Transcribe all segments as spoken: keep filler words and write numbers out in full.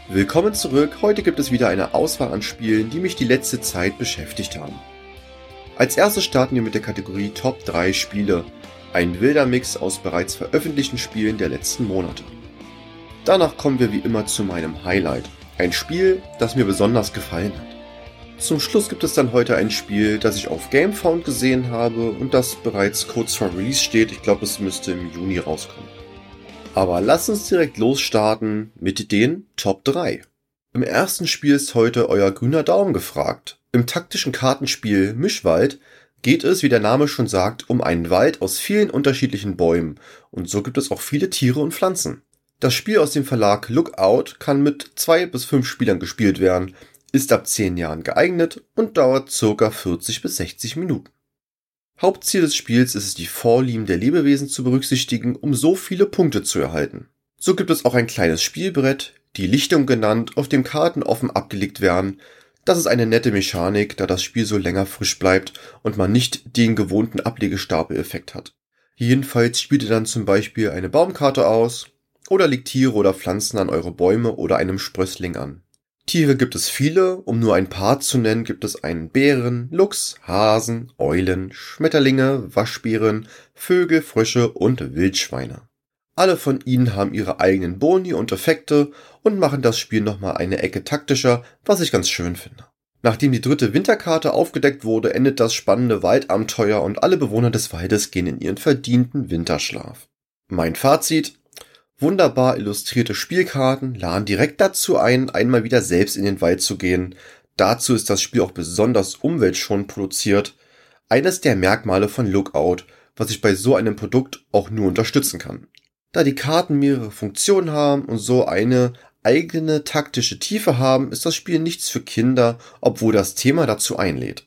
Willkommen zurück, heute gibt es wieder eine Auswahl an Spielen, die mich die letzte Zeit beschäftigt haben. Als erstes starten wir mit der Kategorie Top drei Spiele, ein wilder Mix aus bereits veröffentlichten Spielen der letzten Monate. Danach kommen wir wie immer zu meinem Highlight, ein Spiel, das mir besonders gefallen hat. Zum Schluss gibt es dann heute ein Spiel, das ich auf GameFound gesehen habe und das bereits kurz vor Release steht, ich glaube es müsste im Juni rauskommen. Aber lasst uns direkt losstarten mit den Top drei. Im ersten Spiel ist heute euer grüner Daumen gefragt. Im taktischen Kartenspiel Mischwald geht es, wie der Name schon sagt, um einen Wald aus vielen unterschiedlichen Bäumen und so gibt es auch viele Tiere und Pflanzen. Das Spiel aus dem Verlag Lookout kann mit zwei bis fünf Spielern gespielt werden, ist ab zehn Jahren geeignet und dauert ca. vierzig bis sechzig Minuten. Hauptziel des Spiels ist es, die Vorlieben der Lebewesen zu berücksichtigen, um so viele Punkte zu erhalten. So gibt es auch ein kleines Spielbrett, die Lichtung genannt, auf dem Karten offen abgelegt werden. Das ist eine nette Mechanik, da das Spiel so länger frisch bleibt und man nicht den gewohnten Ablegestapel-Effekt hat. Jedenfalls spielt ihr dann zum Beispiel eine Baumkarte aus oder legt Tiere oder Pflanzen an eure Bäume oder einem Sprössling an. Tiere gibt es viele, um nur ein paar zu nennen, gibt es einen Bären, Luchs, Hasen, Eulen, Schmetterlinge, Waschbären, Vögel, Frösche und Wildschweine. Alle von ihnen haben ihre eigenen Boni und Effekte und machen das Spiel nochmal eine Ecke taktischer, was ich ganz schön finde. Nachdem die dritte Winterkarte aufgedeckt wurde, endet das spannende Waldabenteuer und alle Bewohner des Waldes gehen in ihren verdienten Winterschlaf. Mein Fazit: Wunderbar illustrierte Spielkarten laden direkt dazu ein, einmal wieder selbst in den Wald zu gehen. Dazu ist das Spiel auch besonders umweltschonend produziert. Eines der Merkmale von Lookout, was ich bei so einem Produkt auch nur unterstützen kann. Da die Karten mehrere Funktionen haben und so eine eigene taktische Tiefe haben, ist das Spiel nichts für Kinder, obwohl das Thema dazu einlädt.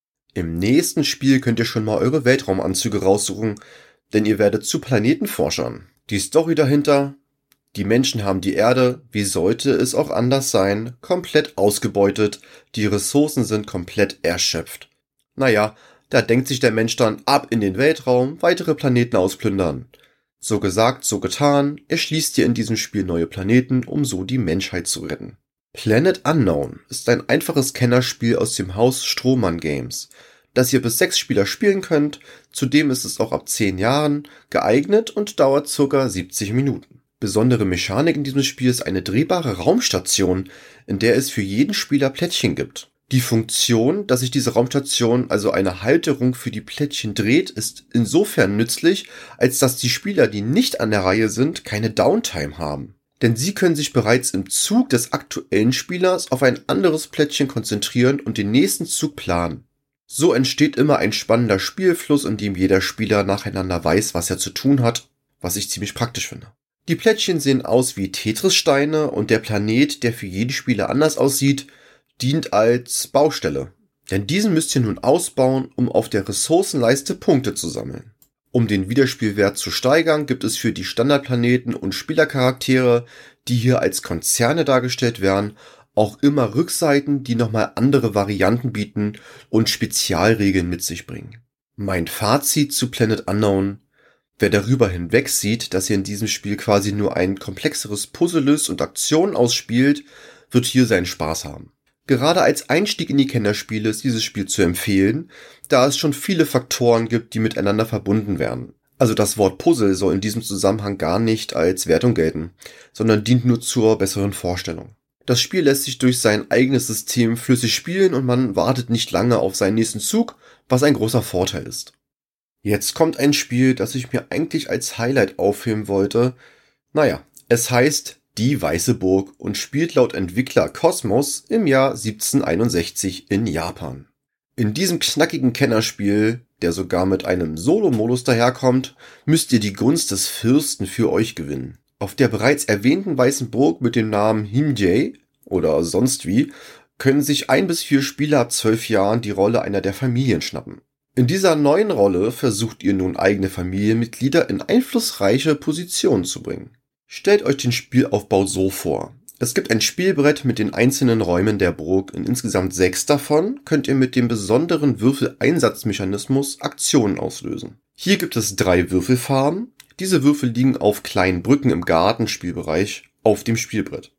Im nächsten Spiel könnt ihr schon mal eure Weltraumanzüge raussuchen, denn ihr werdet zu Planetenforschern. Die Story dahinter: Die Menschen haben die Erde, wie sollte es auch anders sein, komplett ausgebeutet, die Ressourcen sind komplett erschöpft. Naja, da denkt sich der Mensch dann ab in den Weltraum, weitere Planeten ausplündern. So gesagt, so getan, erschließt ihr in diesem Spiel neue Planeten, um so die Menschheit zu retten. Planet Unknown ist ein einfaches Kennerspiel aus dem Haus Strohmann Games, das ihr bis sechs Spieler spielen könnt. Zudem ist es auch ab zehn Jahren geeignet und dauert ca. siebzig Minuten. Besondere Mechanik in diesem Spiel ist eine drehbare Raumstation, in der es für jeden Spieler Plättchen gibt. Die Funktion, dass sich diese Raumstation, also eine Halterung für die Plättchen dreht, ist insofern nützlich, als dass die Spieler, die nicht an der Reihe sind, keine Downtime haben. Denn sie können sich bereits im Zug des aktuellen Spielers auf ein anderes Plättchen konzentrieren und den nächsten Zug planen. So entsteht immer ein spannender Spielfluss, in dem jeder Spieler nacheinander weiß, was er zu tun hat, was ich ziemlich praktisch finde. Die Plättchen sehen aus wie Tetris-Steine und der Planet, der für jeden Spieler anders aussieht, dient als Baustelle. Denn diesen müsst ihr nun ausbauen, um auf der Ressourcenleiste Punkte zu sammeln. Um den Wiederspielwert zu steigern, gibt es für die Standardplaneten und Spielercharaktere, die hier als Konzerne dargestellt werden, auch immer Rückseiten, die nochmal andere Varianten bieten und Spezialregeln mit sich bringen. Mein Fazit zu Planet Unknown: Wer darüber hinweg sieht, dass ihr in diesem Spiel quasi nur ein komplexeres Puzzle löst und Aktionen ausspielt, wird hier seinen Spaß haben. Gerade als Einstieg in die Kennerspiele ist dieses Spiel zu empfehlen, da es schon viele Faktoren gibt, die miteinander verbunden werden. Also das Wort Puzzle soll in diesem Zusammenhang gar nicht als Wertung gelten, sondern dient nur zur besseren Vorstellung. Das Spiel lässt sich durch sein eigenes System flüssig spielen und man wartet nicht lange auf seinen nächsten Zug, was ein großer Vorteil ist. Jetzt kommt ein Spiel, das ich mir eigentlich als Highlight aufheben wollte. Naja, es heißt Die Weiße Burg und spielt laut Entwickler Cosmos im Jahr siebzehnhunderteinundsechzig in Japan. In diesem knackigen Kennerspiel, der sogar mit einem Solo-Modus daherkommt, müsst ihr die Gunst des Fürsten für euch gewinnen. Auf der bereits erwähnten Weißen Burg mit dem Namen Himjay oder sonst wie können sich ein bis vier Spieler ab zwölf Jahren die Rolle einer der Familien schnappen. In dieser neuen Rolle versucht ihr nun eigene Familienmitglieder in einflussreiche Positionen zu bringen. Stellt euch den Spielaufbau so vor: Es gibt ein Spielbrett mit den einzelnen Räumen der Burg. In insgesamt sechs davon könnt ihr mit dem besonderen Würfeleinsatzmechanismus Aktionen auslösen. Hier gibt es drei Würfelfarben. Diese Würfel liegen auf kleinen Brücken im Gartenspielbereich auf dem Spielbrett.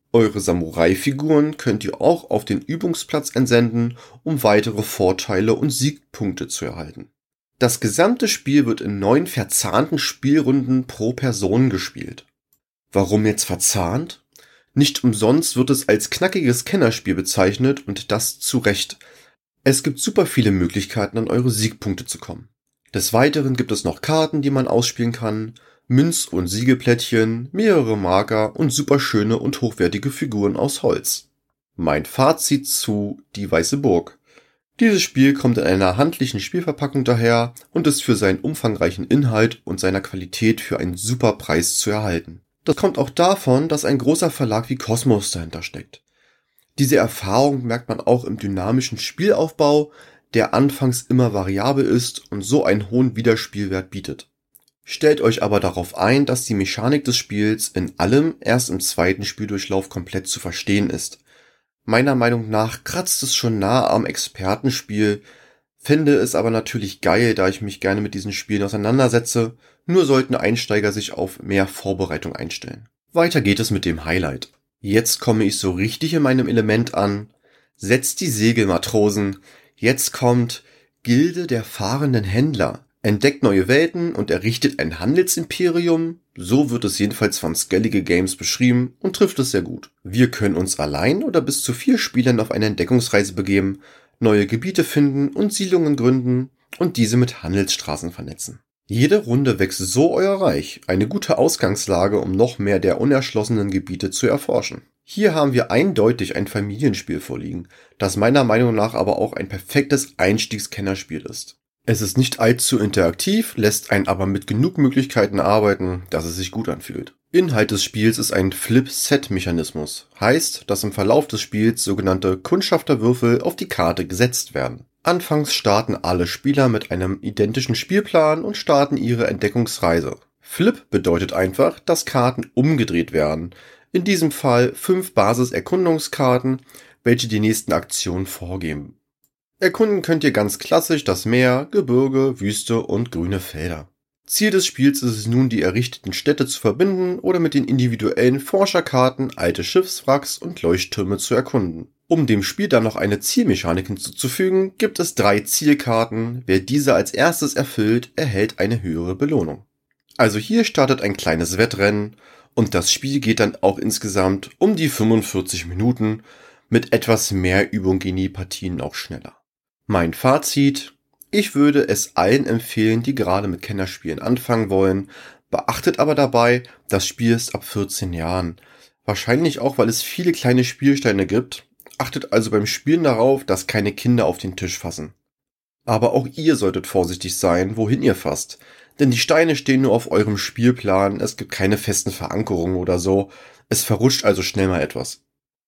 Eure Samurai-Figuren könnt ihr auch auf den Übungsplatz entsenden, um weitere Vorteile und Siegpunkte zu erhalten. Das gesamte Spiel wird in neun verzahnten Spielrunden pro Person gespielt. Warum jetzt verzahnt? Nicht umsonst wird es als knackiges Kennerspiel bezeichnet und das zu Recht. Es gibt super viele Möglichkeiten, an eure Siegpunkte zu kommen. Des Weiteren gibt es noch Karten, die man ausspielen kann, Münz- und Siegelplättchen, mehrere Marker und super schöne und hochwertige Figuren aus Holz. Mein Fazit zu Die Weiße Burg. Dieses Spiel kommt in einer handlichen Spielverpackung daher und ist für seinen umfangreichen Inhalt und seiner Qualität für einen super Preis zu erhalten. Das kommt auch davon, dass ein großer Verlag wie Kosmos dahinter steckt. Diese Erfahrung merkt man auch im dynamischen Spielaufbau, der anfangs immer variabel ist und so einen hohen Wiederspielwert bietet. Stellt euch aber darauf ein, dass die Mechanik des Spiels in allem erst im zweiten Spieldurchlauf komplett zu verstehen ist. Meiner Meinung nach kratzt es schon nah am Expertenspiel, finde es aber natürlich geil, da ich mich gerne mit diesen Spielen auseinandersetze, nur sollten Einsteiger sich auf mehr Vorbereitung einstellen. Weiter geht es mit dem Highlight. Jetzt komme ich so richtig in meinem Element an. Setzt die Segel, Matrosen. Jetzt kommt Gilde der fahrenden Händler. Entdeckt neue Welten und errichtet ein Handelsimperium. So wird es jedenfalls von Skellige Games beschrieben und trifft es sehr gut. Wir können uns allein oder bis zu vier Spielern auf eine Entdeckungsreise begeben, neue Gebiete finden und Siedlungen gründen und diese mit Handelsstraßen vernetzen. Jede Runde wächst so euer Reich, eine gute Ausgangslage, um noch mehr der unerschlossenen Gebiete zu erforschen. Hier haben wir eindeutig ein Familienspiel vorliegen, das meiner Meinung nach aber auch ein perfektes Einstiegskennerspiel ist. Es ist nicht allzu interaktiv, lässt einen aber mit genug Möglichkeiten arbeiten, dass es sich gut anfühlt. Inhalt des Spiels ist ein Flip-Set-Mechanismus, heißt, dass im Verlauf des Spiels sogenannte Kundschafterwürfel auf die Karte gesetzt werden. Anfangs starten alle Spieler mit einem identischen Spielplan und starten ihre Entdeckungsreise. Flip bedeutet einfach, dass Karten umgedreht werden, in diesem Fall fünf Basis-Erkundungskarten, welche die nächsten Aktionen vorgeben. Erkunden könnt ihr ganz klassisch das Meer, Gebirge, Wüste und grüne Felder. Ziel des Spiels ist es nun, die errichteten Städte zu verbinden oder mit den individuellen Forscherkarten alte Schiffswracks und Leuchttürme zu erkunden. Um dem Spiel dann noch eine Zielmechanik hinzuzufügen, gibt es drei Zielkarten. Wer diese als erstes erfüllt, erhält eine höhere Belohnung. Also hier startet ein kleines Wettrennen und das Spiel geht dann auch insgesamt um die fünfundvierzig Minuten. Mit etwas mehr Übung gehen die Partien auch schneller. Mein Fazit: Ich würde es allen empfehlen, die gerade mit Kennerspielen anfangen wollen. Beachtet aber dabei, das Spiel ist ab vierzehn Jahren. Wahrscheinlich auch, weil es viele kleine Spielsteine gibt. Achtet also beim Spielen darauf, dass keine Kinder auf den Tisch fassen. Aber auch ihr solltet vorsichtig sein, wohin ihr fasst. Denn die Steine stehen nur auf eurem Spielplan, es gibt keine festen Verankerungen oder so. Es verrutscht also schnell mal etwas.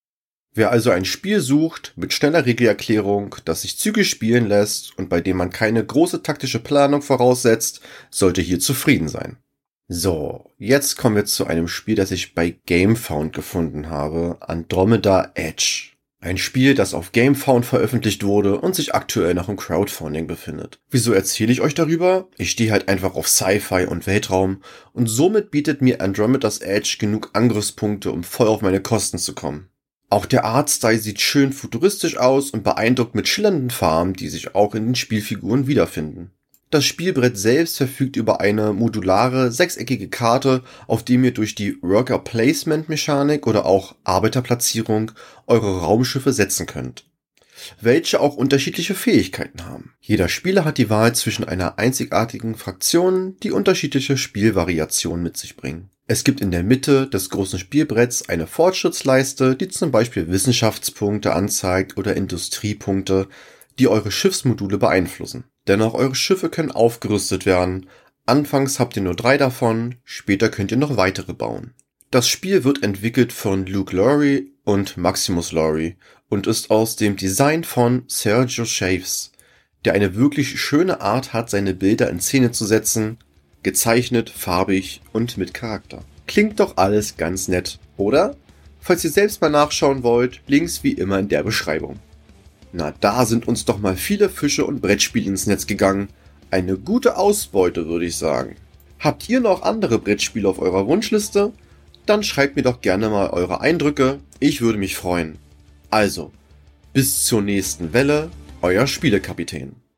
Wer also ein Spiel sucht mit schneller Regelerklärung, das sich zügig spielen lässt und bei dem man keine große taktische Planung voraussetzt, sollte hier zufrieden sein. So, jetzt kommen wir zu einem Spiel, das ich bei GameFound gefunden habe, Andromeda Edge. Ein Spiel, das auf GameFound veröffentlicht wurde und sich aktuell noch im Crowdfunding befindet. Wieso erzähle ich euch darüber? Ich stehe halt einfach auf Sci-Fi und Weltraum und somit bietet mir Andromeda's Edge genug Angriffspunkte, um voll auf meine Kosten zu kommen. Auch der Artstyle sieht schön futuristisch aus und beeindruckt mit schillernden Farben, die sich auch in den Spielfiguren wiederfinden. Das Spielbrett selbst verfügt über eine modulare, sechseckige Karte, auf dem ihr durch die Worker-Placement-Mechanik oder auch Arbeiterplatzierung eure Raumschiffe setzen könnt, welche auch unterschiedliche Fähigkeiten haben. Jeder Spieler hat die Wahl zwischen einer einzigartigen Fraktion, die unterschiedliche Spielvariationen mit sich bringen. Es gibt in der Mitte des großen Spielbretts eine Fortschrittsleiste, die zum Beispiel Wissenschaftspunkte anzeigt oder Industriepunkte, die eure Schiffsmodule beeinflussen. Dennoch, eure Schiffe können aufgerüstet werden. Anfangs habt ihr nur drei davon, später könnt ihr noch weitere bauen. Das Spiel wird entwickelt von Luke Laurie und Maximus Laurie und ist aus dem Design von Sergio Chaves, der eine wirklich schöne Art hat, seine Bilder in Szene zu setzen, gezeichnet, farbig und mit Charakter. Klingt doch alles ganz nett, oder? Falls ihr selbst mal nachschauen wollt, Links wie immer in der Beschreibung. Na, da sind uns doch mal viele Fische und Brettspiele ins Netz gegangen. Eine gute Ausbeute, würde ich sagen. Habt ihr noch andere Brettspiele auf eurer Wunschliste? Dann schreibt mir doch gerne mal eure Eindrücke, ich würde mich freuen. Also, bis zur nächsten Welle, euer Spielekapitän.